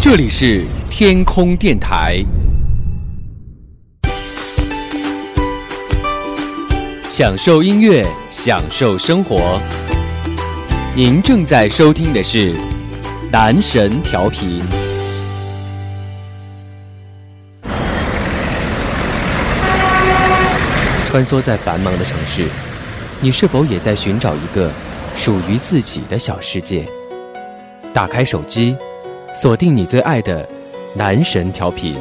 这里是天空电台，享受音乐，享受生活。您正在收听的是男神调频。穿梭在繁忙的城市，你是否也在寻找一个属于自己的小世界？打开手机，锁定你最爱的男神调频。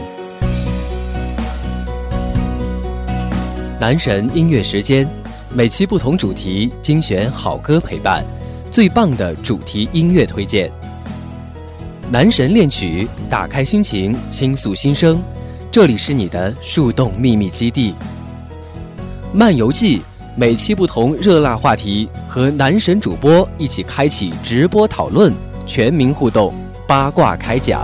男神音乐时间，每期不同主题，精选好歌陪伴，最棒的主题音乐推荐。男神恋曲，打开心情，倾诉心声，这里是你的树洞秘密基地。漫游记，每期不同热辣话题，和男神主播一起开启直播讨论，全民互动，八卦开讲。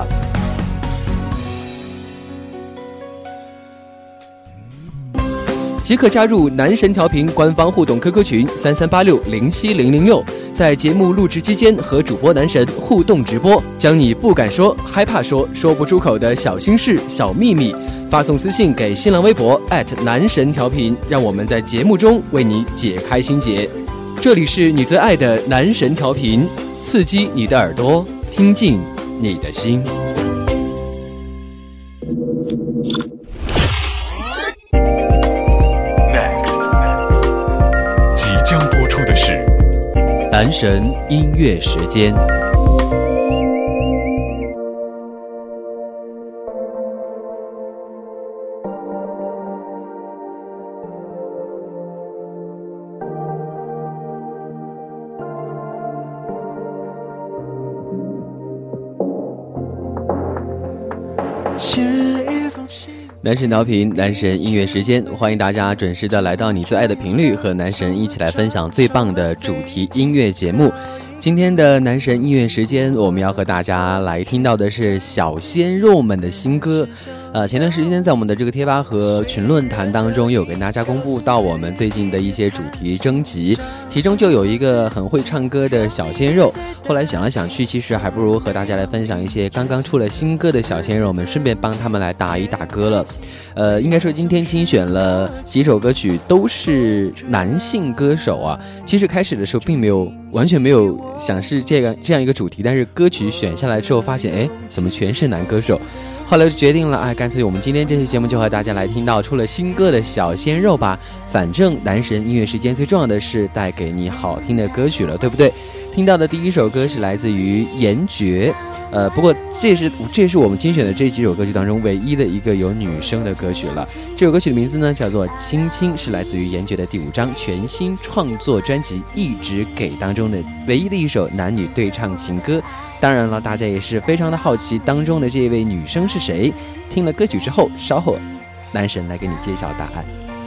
即可加入男神调频官方互动 QQ 群3386070006，在节目录制期间和主播男神互动直播，将你不敢说、害怕说、说不出口的小心事、小秘密发送私信给新浪微博男神调频，让我们在节目中为你解开心结。这里是你最爱的男神调频，刺激你的耳朵，听进你的心。 即将播出的是男神音乐时间。男神调频，男神音乐时间，欢迎大家准时的来到你最爱的频率，和男神一起来分享最棒的主题音乐节目。今天的男神音乐时间，我们要和大家来听到的是小鲜肉们的新歌。前段时间在我们的这个贴吧和群论坛当中，有跟大家公布到我们最近的一些主题征集，其中就有一个很会唱歌的小鲜肉。后来想来想去，其实还不如和大家来分享一些刚刚出了新歌的小鲜肉们，顺便帮他们来打一打歌了。应该说今天精选了几首歌曲，都是男性歌手啊。其实开始的时候并没有完全没有想是这样一个主题，但是歌曲选下来之后发现，怎么全是男歌手？后来就决定了，干脆我们今天这期节目就和大家来听到出了新歌的小鲜肉吧。反正男神音乐时间最重要的是带给你好听的歌曲了，对不对？听到的第一首歌是来自于严爵，不过这也是我们精选的这几首歌曲当中唯一的一个有女生的歌曲了。这首歌曲的名字呢叫做《亲亲》，是来自于严爵的第5张全新创作专辑《一直给》当中的唯一的一首男女对唱情歌。当然了，大家也是非常的好奇当中的这位女生是谁。听了歌曲之后，稍后男神来给你揭晓答案。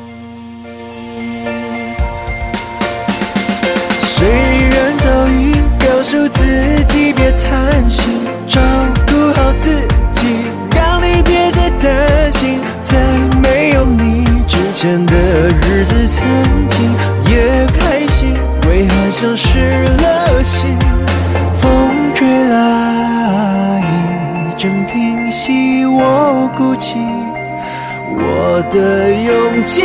虽然早已告诉自己别贪心，照顾好自己，让你别再担心，在没有你之前的日子曾经也开心，为何像失了心？风吹来一阵平息，我鼓起我的勇气。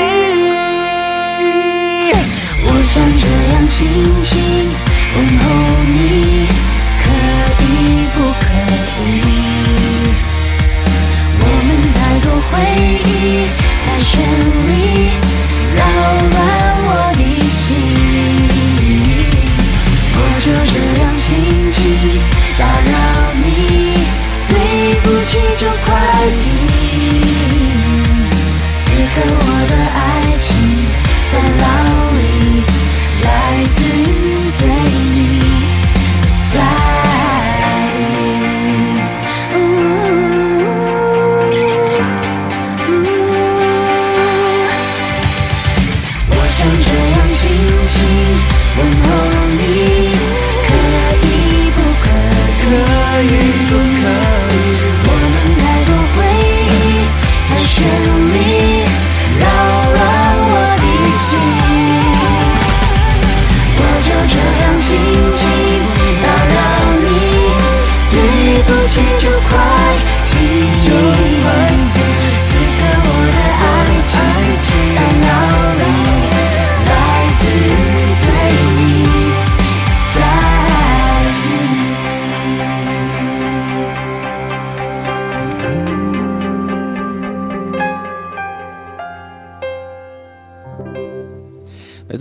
我想这样轻轻问候你，可以不可以？我们太多回忆，太绚丽，扰乱我的心。我就这样轻轻打扰你，对不起就快递。此刻我的爱情在牢里，来自于对你在意。我想这样轻轻问候你，可以不可以？我们太多回忆，太绚丽，扰乱我的心。我就这样轻轻打扰你，对不起就快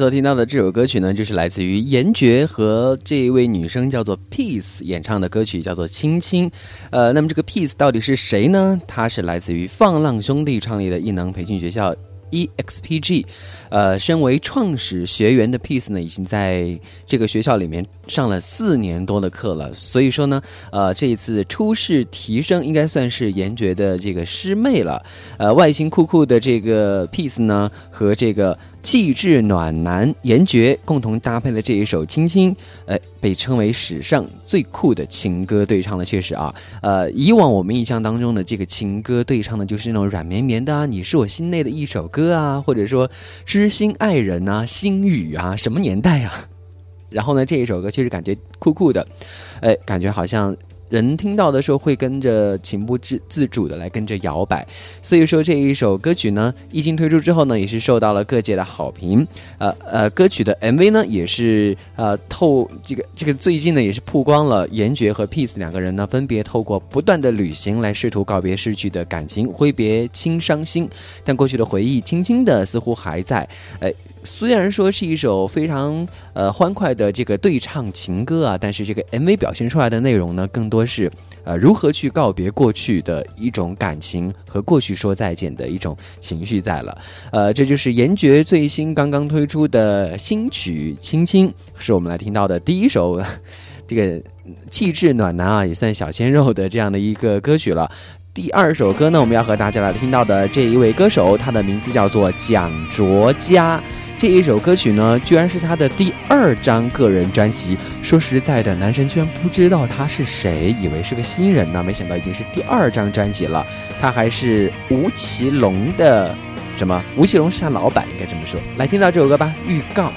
所听到的这首歌曲呢，就是来自于严爵和这一位女生叫做 Peace 演唱的歌曲，叫做《亲亲》。那么这个 Peace 到底是谁呢？她是来自于放浪兄弟创立的艺能培训学校。EXPG， 身为创始学员的 Peace 呢，已经在这个学校里面上了4年多的课了。所以说呢，这一次初试提升应该算是严爵的这个师妹了。外形酷酷的这个 Peace 呢，和这个气质暖男严爵共同搭配的这一首《亲亲》，被称为史上最酷的情歌对唱了。确实啊，以往我们印象当中的这个情歌对唱的就是那种软绵绵的啊，你是我心内的一首歌啊，或者说知心爱人啊，心语啊，什么年代啊？然后呢，这一首歌确实感觉酷酷的，感觉好像人听到的时候会跟着情不自主的来跟着摇摆。所以说这一首歌曲呢，一经推出之后呢，也是受到了各界的好评。歌曲的 MV 呢，也是这个最近呢，也是曝光了严爵和 Peace 2个人呢，分别透过不断的旅行来试图告别逝去的感情，挥别轻伤心，但过去的回忆轻轻的似乎还在。虽然说是一首非常欢快的这个对唱情歌啊，但是这个 MV 表现出来的内容呢，更多是如何去告别过去的一种感情和过去说再见的一种情绪在了。这就是严爵最新刚刚推出的新曲《亲亲》，是我们来听到的第一首这个气质暖男啊，也算小鲜肉的这样的一个歌曲了。第2首歌呢，我们要和大家来听到的这一位歌手，他的名字叫做蒋卓嘉。这一首歌曲呢，居然是他的第2张个人专辑。说实在的，男神居然不知道他是谁，以为是个新人呢，没想到已经是第2张专辑了。他还是吴奇隆的吴奇隆是他老板，应该这么说。来听到这首歌吧，预告。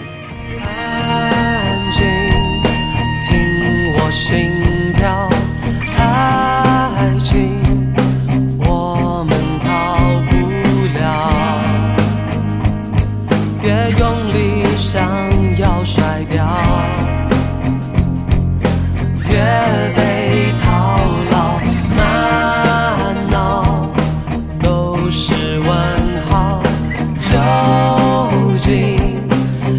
安静，听我心跳，爱情我们逃不了，越用力想要甩掉，越被套牢，满脑都是问号，究竟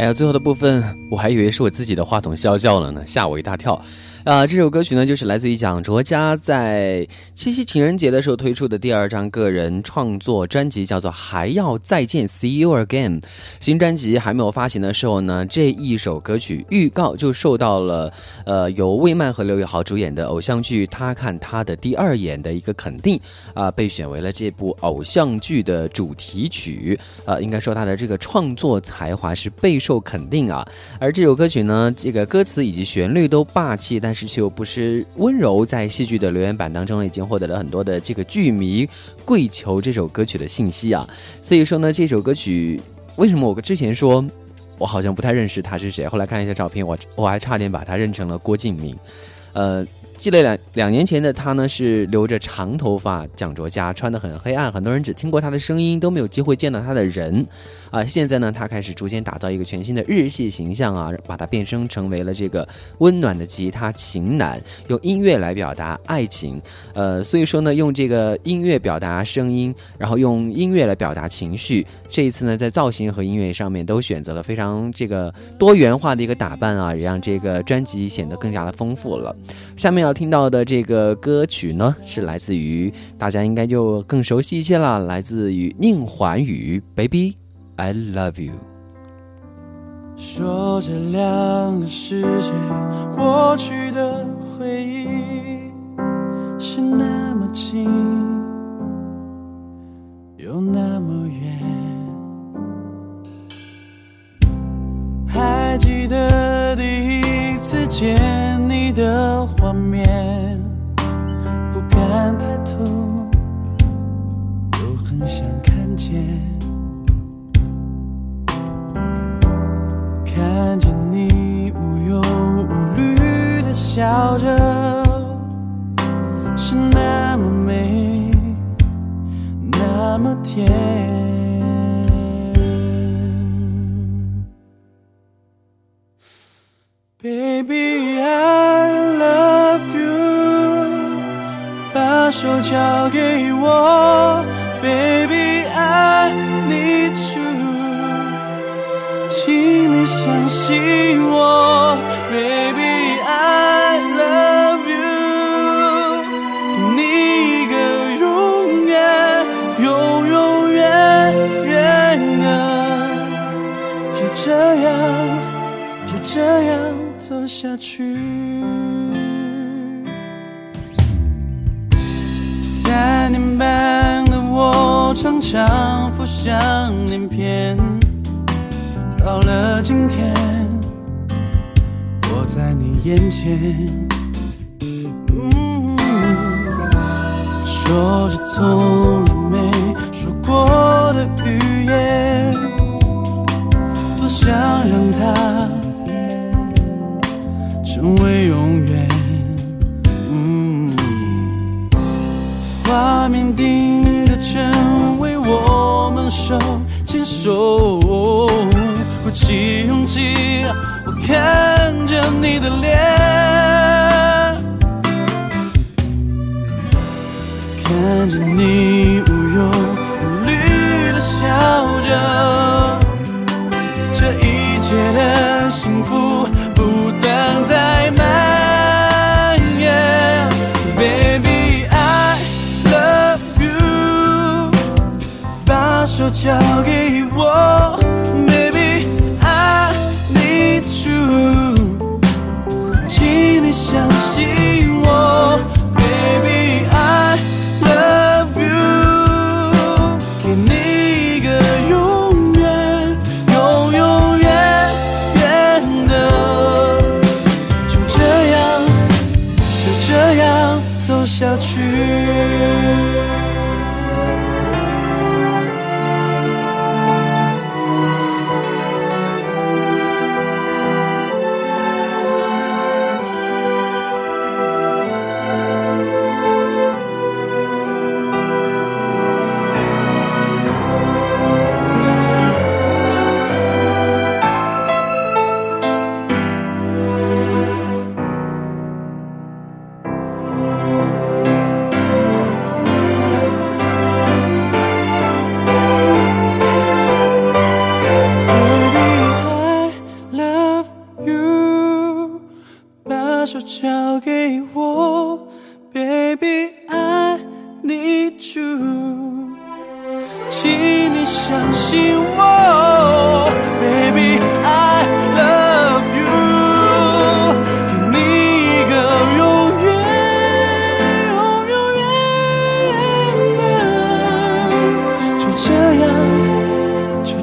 哎呀，最后的部分我还以为是我自己的话筒啸叫了呢，吓我一大跳。这首歌曲呢，就是来自于蒋卓佳在七夕情人节的时候推出的第2张个人创作专辑，叫做《还要再见 See You Again》。新专辑还没有发行的时候呢，这一首歌曲预告就受到了由魏曼和刘宇豪主演的偶像剧《他看他的第2眼》的一个肯定被选为了这部偶像剧的主题曲。应该说他的这个创作才华是备受肯定啊。而这首歌曲呢，这个歌词以及旋律都霸气，但是却又不失温柔，在戏剧的留言板当中已经获得了很多的这个剧迷跪求这首歌曲的信息啊。所以说呢，这首歌曲为什么我之前说我好像不太认识他是谁，后来看一下照片，我还差点把他认成了郭敬明。记得两年前的他呢，是留着长头发，蒋卓佳穿得很黑暗，很多人只听过他的声音，都没有机会见到他的人现在呢，他开始逐渐打造一个全新的日系形象把它变身成为了这个温暖的吉他情男，用音乐来表达爱情。所以说呢，用这个音乐表达声音，然后用音乐来表达情绪。这一次呢，在造型和音乐上面都选择了非常这个多元化的一个打扮也让这个专辑显得更加的丰富了。下面要听到的这个歌曲呢，是来自于大家应该就更熟悉一些了，来自于宁桓宇 Baby I Love You。 说这2个世界过去的回忆是那么近又那么远，还记得第一次见你的画面，不敢抬头，又很想看见，看见你无忧无虑地笑着，是那么美，那么甜。Baby, I love you， 把手交给我 Baby, I need you， 请你相信我 Baby, I love you， 给你一个永远永永远远的，就这样走下去。3年半的我常常浮想联翩，到了今天我在你眼前，说着从来没说过的语言，多想让它成为永远。画面定格成为我们手牵手，鼓起勇气，我看着你的脸，看着你无忧无虑地笑着，这一切的幸福不等在蔓延。 Baby I love you， 把手交给我 Baby I need you， 请你相信我 Baby I love you， 给你一个永远永永远远的，就这样走下去。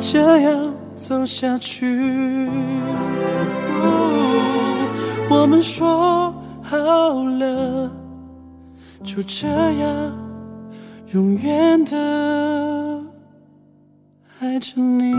这样走下去。我们说好了，就这样永远的爱着你。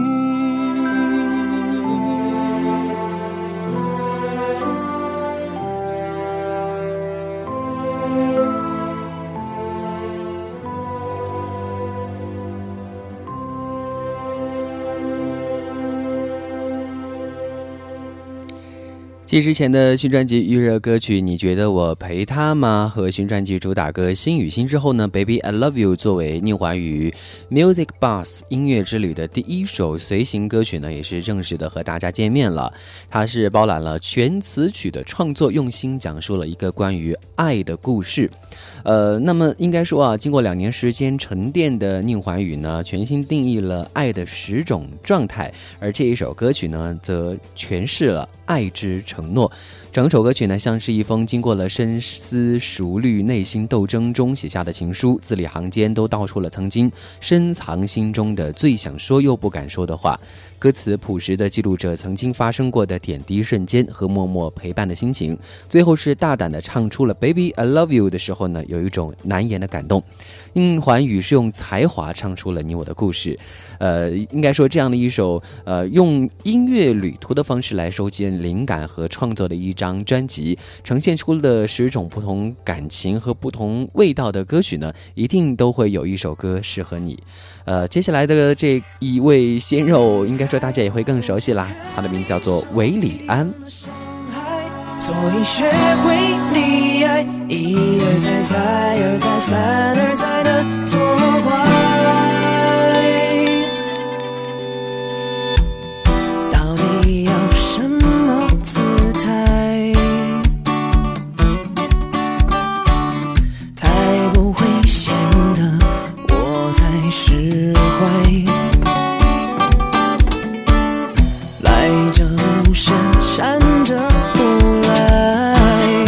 继之前的新专辑预热歌曲你觉得我陪他吗和新专辑主打歌心与心之后呢， Baby I Love You 作为宁怀宇 Music Bus 音乐之旅的第一首随行歌曲呢，也是正式的和大家见面了。它是包揽了全词曲的创作，用心讲述了一个关于爱的故事。那么应该说啊，经过2年时间沉淀的宁怀宇呢，全新定义了爱的10种状态，而这一首歌曲呢，则诠释了爱之承诺。整首歌曲呢，像是一封经过了深思熟虑、内心斗争中写下的情书，字里行间都道出了曾经深藏心中的最想说又不敢说的话。歌词朴实地记录着曾经发生过的点滴瞬间和默默陪伴的心情，最后是大胆地唱出了 Baby I Love You 的时候呢，有一种难言的感动。宁怀宇是用才华唱出了你我的故事。应该说这样的一首用音乐旅途的方式来收集灵感和创作的一张专辑，呈现出了10种不同感情和不同味道的歌曲呢，一定都会有一首歌适合你。接下来的这一位鲜肉应该说大家也会更熟悉啦，他的名字叫做韦礼安。 所以学会溺爱，一而再再而再三而再的作怪，到底要什么姿态才不会显得我才释怀，来者无声闪着不来，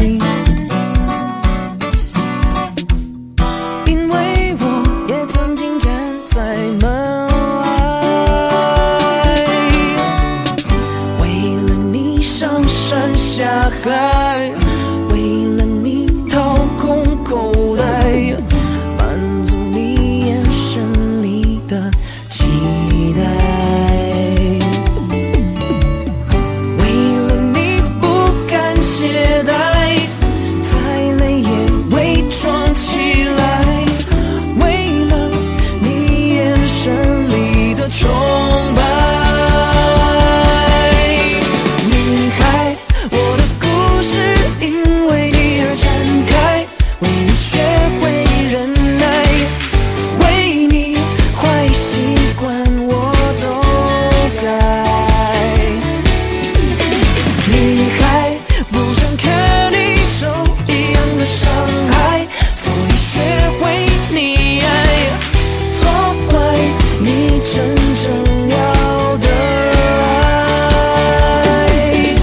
因为我也曾经站在门外，为了你上山下海，为了你掏空口袋，满足你眼神里的期待，装起来，为了你眼神里的崇拜。女孩，我的故事因为你而展开，为你学会忍耐，为你坏习惯我都改。女孩，不想看你受一样的伤害，所以学会溺爱，错怪你真正要的爱。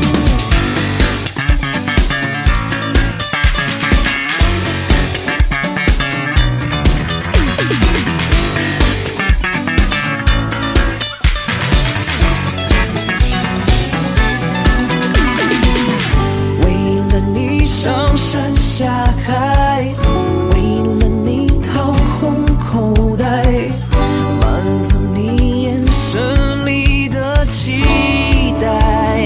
为了你上山下海，为了你掏空口袋，满足你眼神里的期待，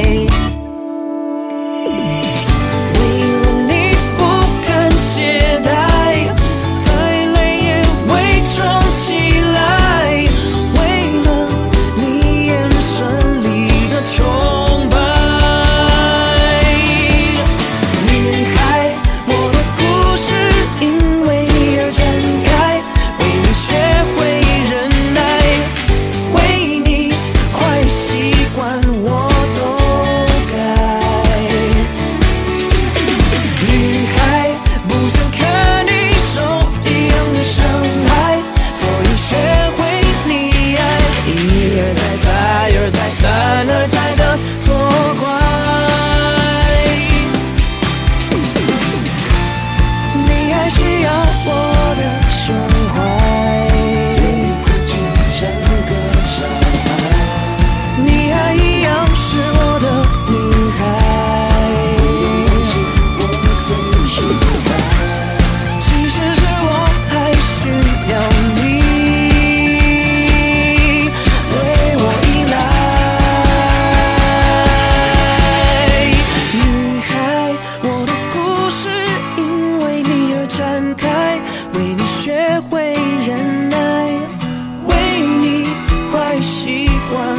为了你不敢懈怠，再累也伪装起来，为了你眼神里的崇拜。女孩，我的故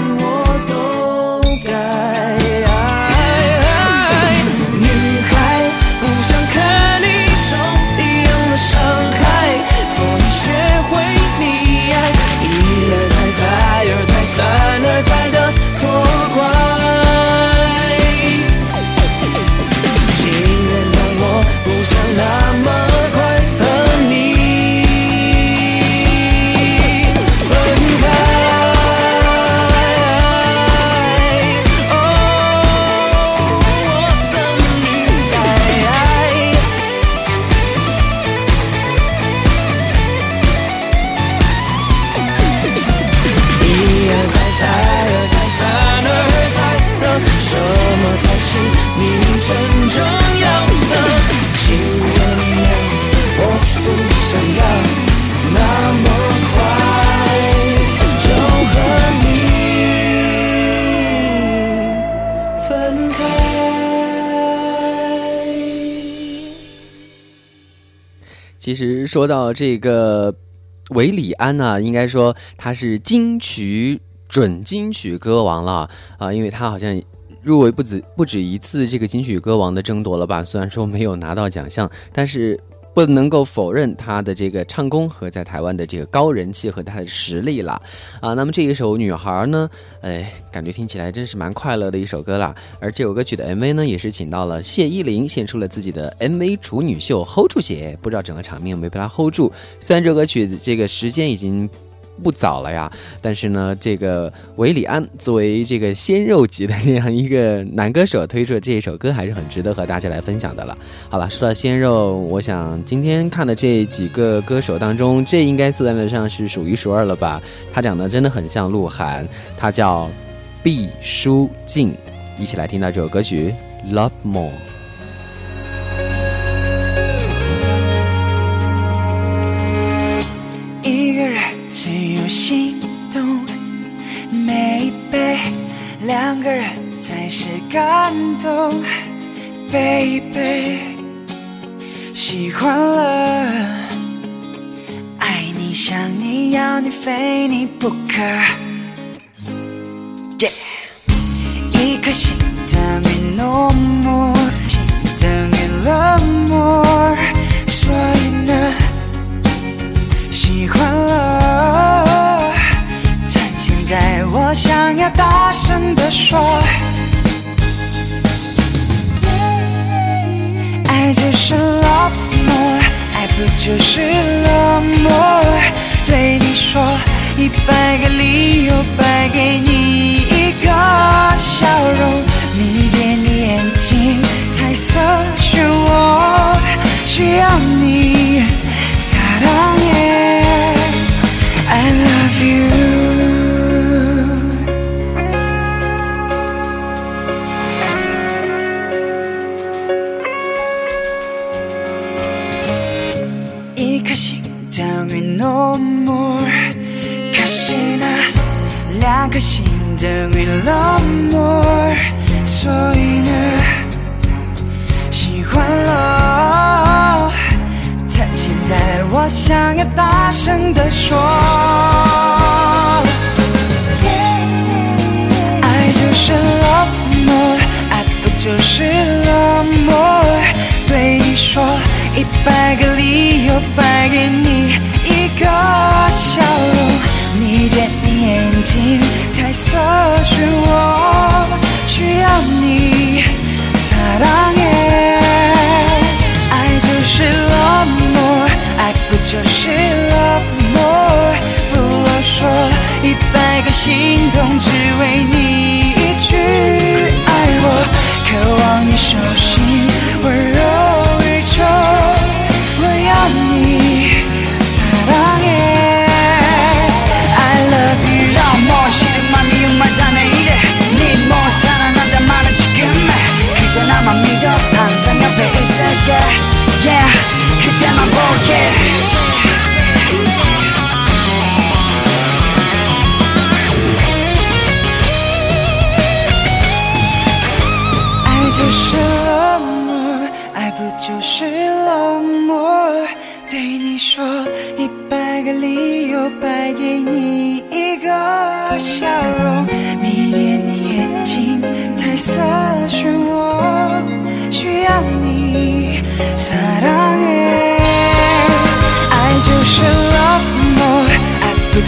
我都该。女孩不想看你受一样的伤害，所以学会溺爱，一而再再而再三而再的错怪。请原谅我不想那么快和你分开。什么才是你真正要的？请原谅，我不想要那么快就和你分开。 其实说到这个韦礼安呢，应该说他是金曲准金曲歌王了啊，因为他好像入围不止一次这个金曲歌王的争夺了吧？虽然说没有拿到奖项，但是不能够否认他的这个唱功和在台湾的这个高人气和他的实力啦啊。那么这一首《女孩》呢，感觉听起来真是蛮快乐的一首歌啦。而这首歌曲的 MV 呢，也是请到了谢依霖，献出了自己的 MV 处女秀 hold 住姐，不知道整个场面有没有被他 hold 住。虽然这首歌曲这个时间已经不早了呀，但是呢，这个韦礼安作为这个鲜肉级的这样一个男歌手推出的这一首歌，还是很值得和大家来分享的了。好了，说到鲜肉，我想今天看的这几个歌手当中，这应该算得上是数一数二了吧？他长得真的很像鹿晗，他叫毕书尽，一起来听到这首歌曲《Love More》。 只有心动，maybe 两个人才是感动 ，baby 喜欢了，爱你想你要你非你不可 ，yeah 一颗心等于 no more， 心等于 love more， 所以呢喜欢了，趁现在我想要大声地说，爱就是 love more， 爱不就是 love more， 对你说100个理由，摆给你一个笑容，你点你眼睛，彩色漩涡，需要你사랑해 I love you。 一颗心等于 no more， 可是呢两颗心等于 love more， 所以呢喜欢了，趁现在我想要大声地说，爱就是 love more， 爱不就是 love more， 对你说100个理由，摆给你一个笑容，你点你眼睛，彩色漩涡，需要你사랑해爱就是 love more， 爱不就是 love more， 不啰嗦100个心动，只为你一句爱我，渴望你手心温柔宇宙，我要你사랑해 I love you love more， 싫으면 미움만 자네 이래 네 뭐 사랑한다마는 지금 그저 나만 믿어 항상 옆에 있을게 yeah 그때만 볼게爱就是 love more， 爱不就是 love more， 对你说100个理由，摆给你一个笑容，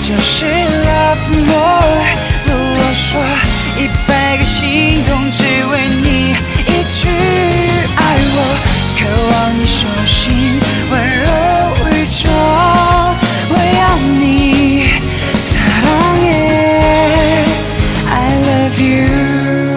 就是 love more， 不啰嗦100个心动，只为你一句爱我，渴望你手心温柔与宠，我要你사랑해 I love you。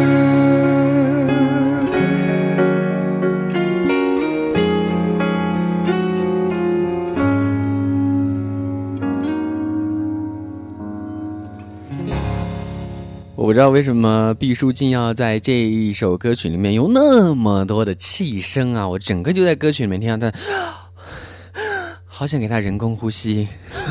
我不知道为什么毕书尽要在这一首歌曲里面用那么多的气声啊，我整个就在歌曲里面听到他好想给他人工呼吸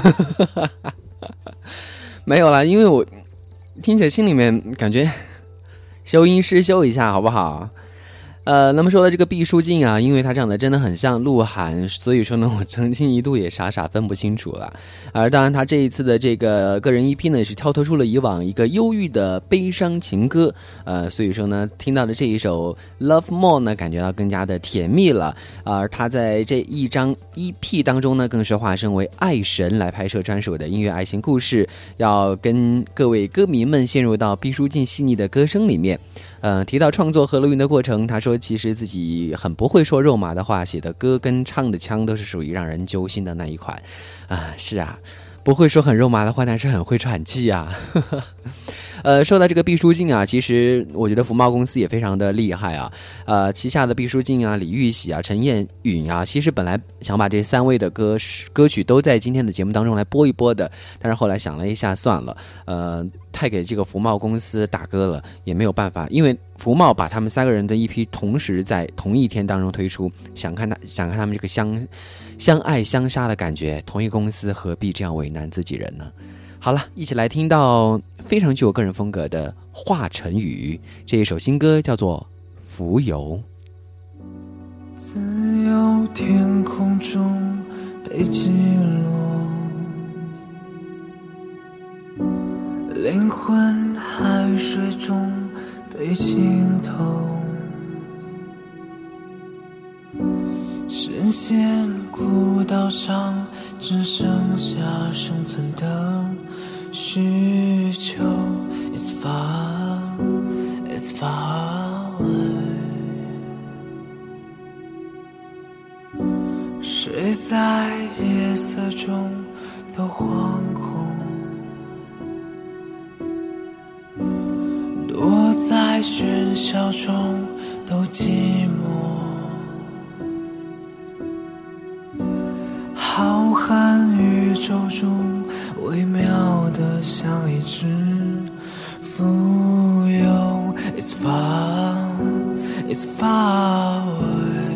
没有啦，因为我听起来心里面感觉修音师修一下好不好。那么说到这个毕书尽啊，因为他长得真的很像鹿晗，所以说呢，我曾经一度也傻傻分不清楚了。而当然，他这一次的这个个人 EP 呢，也是跳脱出了以往一个忧郁的悲伤情歌，所以说呢，听到的这一首 Love More 呢，感觉到更加的甜蜜了。而他在这一张 EP 当中呢，更是化身为爱神来拍摄专属的音乐爱情故事，要跟各位歌迷们陷入到毕书尽细腻的歌声里面。提到创作和录音的过程，他说其实自己很不会说肉麻的话，写的歌跟唱的腔都是属于让人揪心的那一款是啊，不会说很肉麻的话，但是很会喘气啊说到这个毕书尽啊，其实我觉得福茂公司也非常的厉害啊，旗下的毕书尽啊、李玉玺啊、陈燕允啊，其实本来想把这3位的歌曲都在今天的节目当中来播一播的，但是后来想了一下，算了，太给这个福茂公司打歌了，也没有办法，因为福茂把他们3个人的EP同时在同一天当中推出，想看他们这个相爱相杀的感觉，同一公司何必这样为难自己人呢？好了，一起来听到非常具有个人风格的华晨宇这一首新歌，叫做《浮游》。 自由天空中被击落，灵魂海水中被浸透，深陷孤岛上只剩下生存的需求。 It's far, it's far away， 睡在夜色中都惶恐，躲在喧嚣中都寂寞，浩瀚宇宙中微妙的像一只浮游。 It's far, it's far away。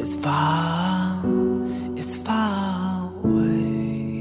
It's far, it's far away。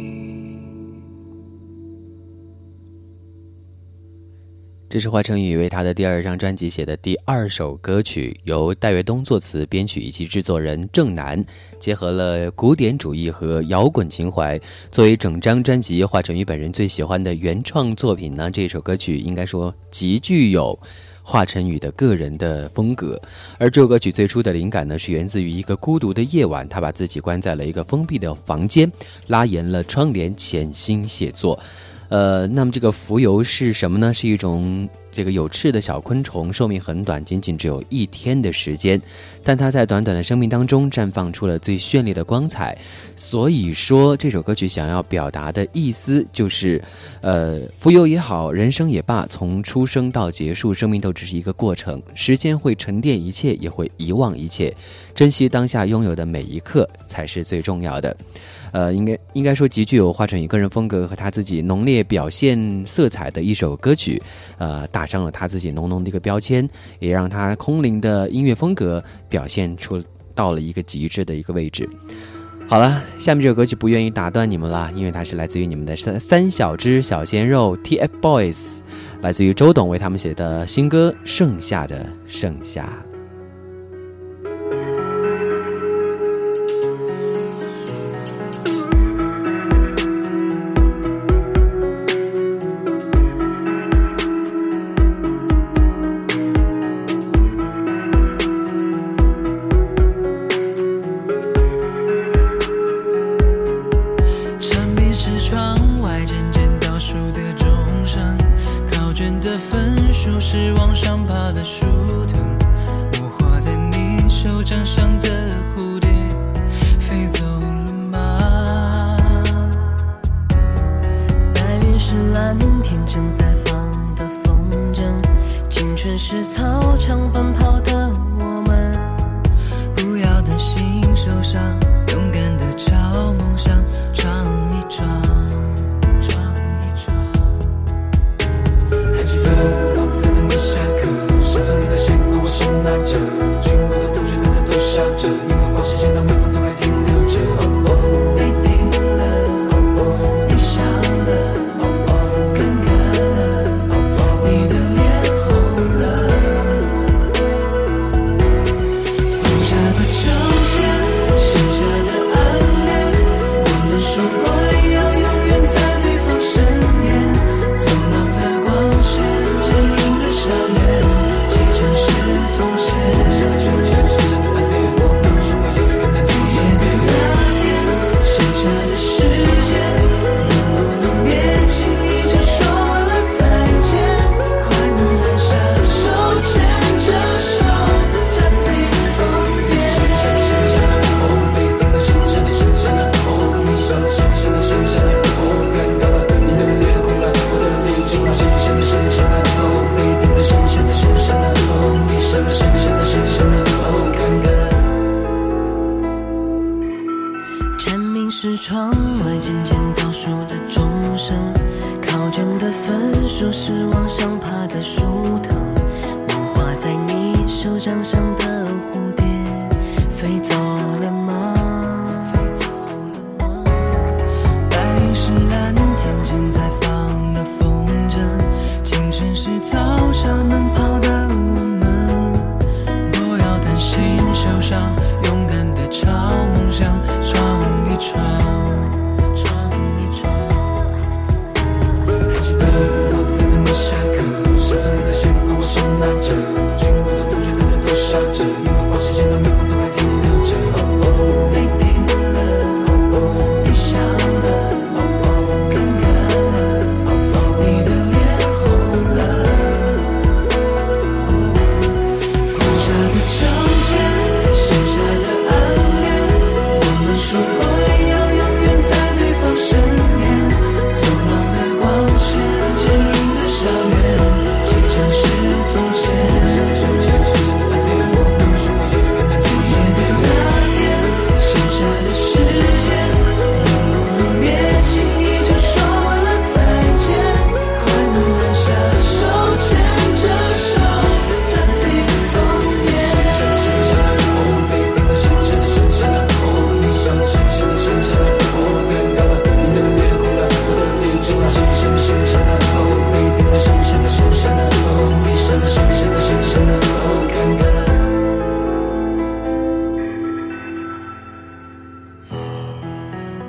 这是华晨宇为他的第2张专辑写的第2首歌曲，由戴岳东作词、编曲以及制作人郑楠，结合了古典主义和摇滚情怀。作为整张专辑华晨宇本人最喜欢的原创作品呢，这首歌曲应该说极具有华晨宇的个人的风格。而这首歌曲最初的灵感呢，是源自于一个孤独的夜晚，他把自己关在了一个封闭的房间，拉严了窗帘，潜心写作。那么这个蜉蝣是什么呢？是一种这个有翅的小昆虫，寿命很短，仅仅只有1天的时间，但它在短短的生命当中绽放出了最绚丽的光彩。所以说这首歌曲想要表达的意思就是，蜉蝣也好，人生也罢，从出生到结束，生命都只是一个过程，时间会沉淀一切，也会遗忘一切，珍惜当下拥有的每一刻才是最重要的。应该说极具有华晨宇个人风格和他自己浓烈表现色彩的一首歌曲，打上了他自己浓浓的一个标签，也让他空灵的音乐风格表现出到了一个极致的一个位置。好了，下面这首歌曲不愿意打断你们了，因为它是来自于你们的3小只小鲜肉 TFBOYS， 来自于周董为他们写的新歌《盛夏的盛夏》。 说过要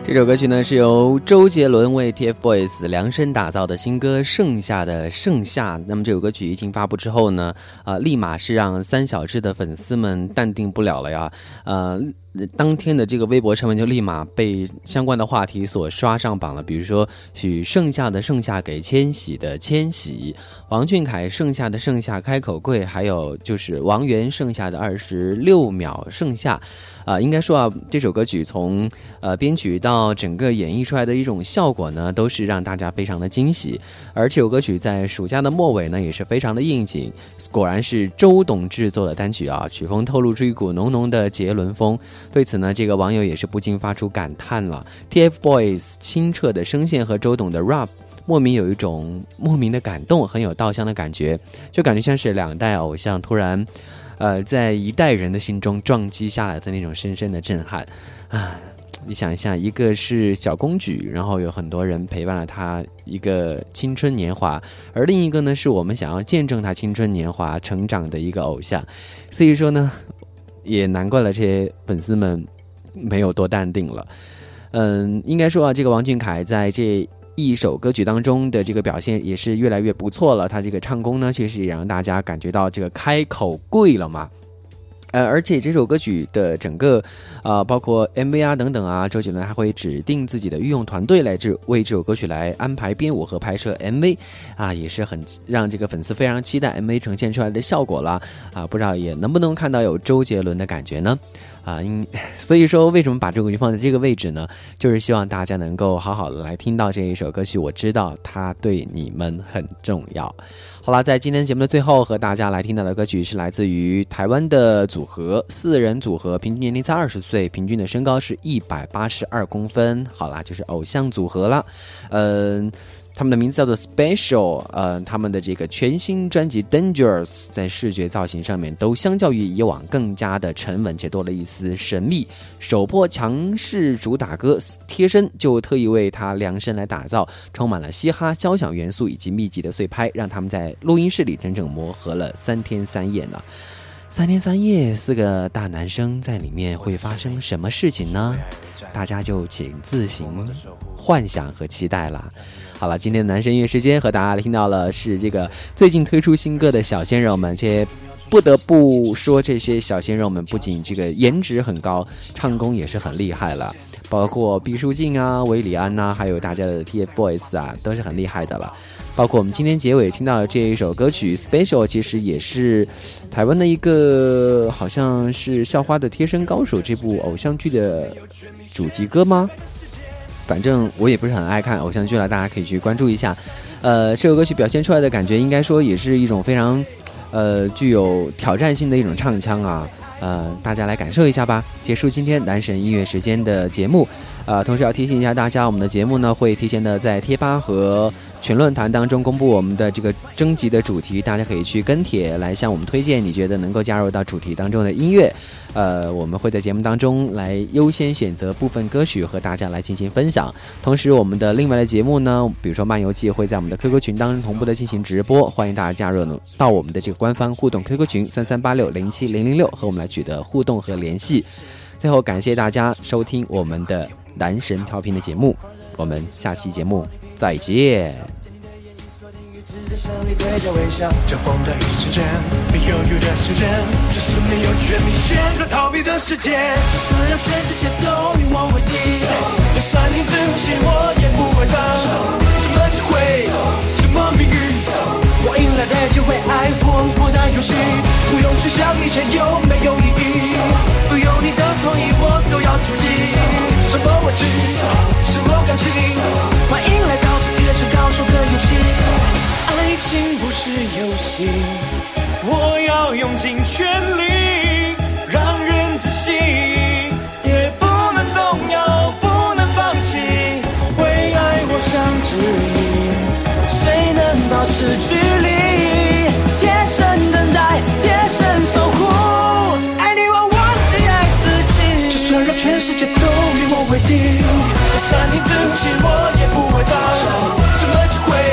这首歌曲呢是由周杰伦为 TFBOYS 量身打造的新歌《盛夏的盛夏》。那么这首歌曲一经发布之后呢，立马是让3小只的粉丝们淡定不了了呀。当天的这个微博上面就立马被相关的话题所刷上榜了，比如说许盛夏的盛夏给千玺的千玺，王俊凯盛夏的盛夏开口跪，还有就是王源盛夏的26秒盛夏。应该说啊，这首歌曲从编曲到整个演绎出来的一种效果呢，都是让大家非常的惊喜。而这首歌曲在暑假的末尾呢，也是非常的应景，果然是周董制作的单曲啊，曲风透露出一股浓浓的杰伦风。对此呢，这个网友也是不禁发出感叹了 TFBOYS 清澈的声线和周董的 rap莫名有一种莫名的感动，很有稻香的感觉，就感觉像是2代偶像突然在一代人的心中撞击下来的那种深深的震撼啊！你想一下，一个是小公举，然后有很多人陪伴了他一个青春年华，而另一个呢是我们想要见证他青春年华成长的一个偶像，所以说呢也难怪了这些粉丝们没有多淡定了。应该说啊，这个王俊凯在这一首歌曲当中的这个表现也是越来越不错了，他这个唱功呢其实也让大家感觉到这个开口跪了嘛。而且这首歌曲的整个包括 MV 啊等等啊，周杰伦还会指定自己的御用团队来为这首歌曲来安排编舞和拍摄 MV 啊，也是很让这个粉丝非常期待 MV 呈现出来的效果了啊，不知道也能不能看到有周杰伦的感觉呢？所以说为什么把这个歌曲放在这个位置呢？就是希望大家能够好好的来听到这一首歌曲，我知道它对你们很重要。好了，在今天节目的最后和大家来听到的歌曲是来自于台湾的组合，4人组合，平均年龄才20岁，平均的身高是182公分。好啦，就是偶像组合了。他们的名字叫做 Special， 他们的这个全新专辑 Dangerous 在视觉造型上面都相较于以往更加的沉稳且多了一丝神秘。首播强势主打歌贴身就特意为他量身来打造，充满了嘻哈交响元素以及密集的碎拍，让他们在录音室里整整磨合了3天3夜呢。3天3夜，4个大男生在里面会发生什么事情呢？大家就请自行幻想和期待啦。好了，今天的男神音乐时间和大家听到了是这个最近推出新歌的小鲜肉们，这不得不说这些小鲜肉们不仅这个颜值很高，唱功也是很厉害了，包括毕书尽啊、韦礼安啊，还有大家的 TFBOYS 啊，都是很厉害的了。包括我们今天结尾听到的这一首歌曲 Special， 其实也是台湾的一个好像是校花的贴身高手这部偶像剧的主题歌吗？反正我也不是很爱看偶像剧了，大家可以去关注一下。这首歌曲表现出来的感觉应该说也是一种非常具有挑战性的一种唱腔啊。大家来感受一下吧。结束今天男神音乐时间的节目，同时要提醒一下大家，我们的节目呢会提前的在贴吧和群论坛当中公布我们的这个征集的主题，大家可以去跟帖来向我们推荐你觉得能够加入到主题当中的音乐。我们会在节目当中来优先选择部分歌曲和大家来进行分享。同时我们的另外的节目呢，比如说漫游记会在我们的 QQ 群当中同步的进行直播，欢迎大家加入到我们的这个官方互动 QQ 群3386070006和我们来取得互动和联系。最后感谢大家收听我们的男神调频的节目，我们下期节目再见。 向你对着微笑，交锋的一瞬间，没犹豫的时间，这是没有权利选择逃避的世界。就算让全世界都与我为敌，就算你最无情，我也不会放。什么机会，什么命运，我迎来的就会爱疯不打游戏，不用去想以前有没有意义，不用你的同意我都要注意。什么位置，什么感情，欢迎来到世界上高手的游戏。爱情不是游戏，我要用尽全力，让人仔细，也不能动摇，不能放弃。为爱我想指引，谁能保持距离？贴身等待，贴身守护，爱你我忘记爱自己。就算让全世界都与我为敌，就算你最无情，我也不会放。什么机会？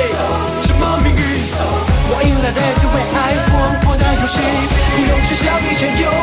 我迎来的就会爱疯不打游戏，不用去想以前有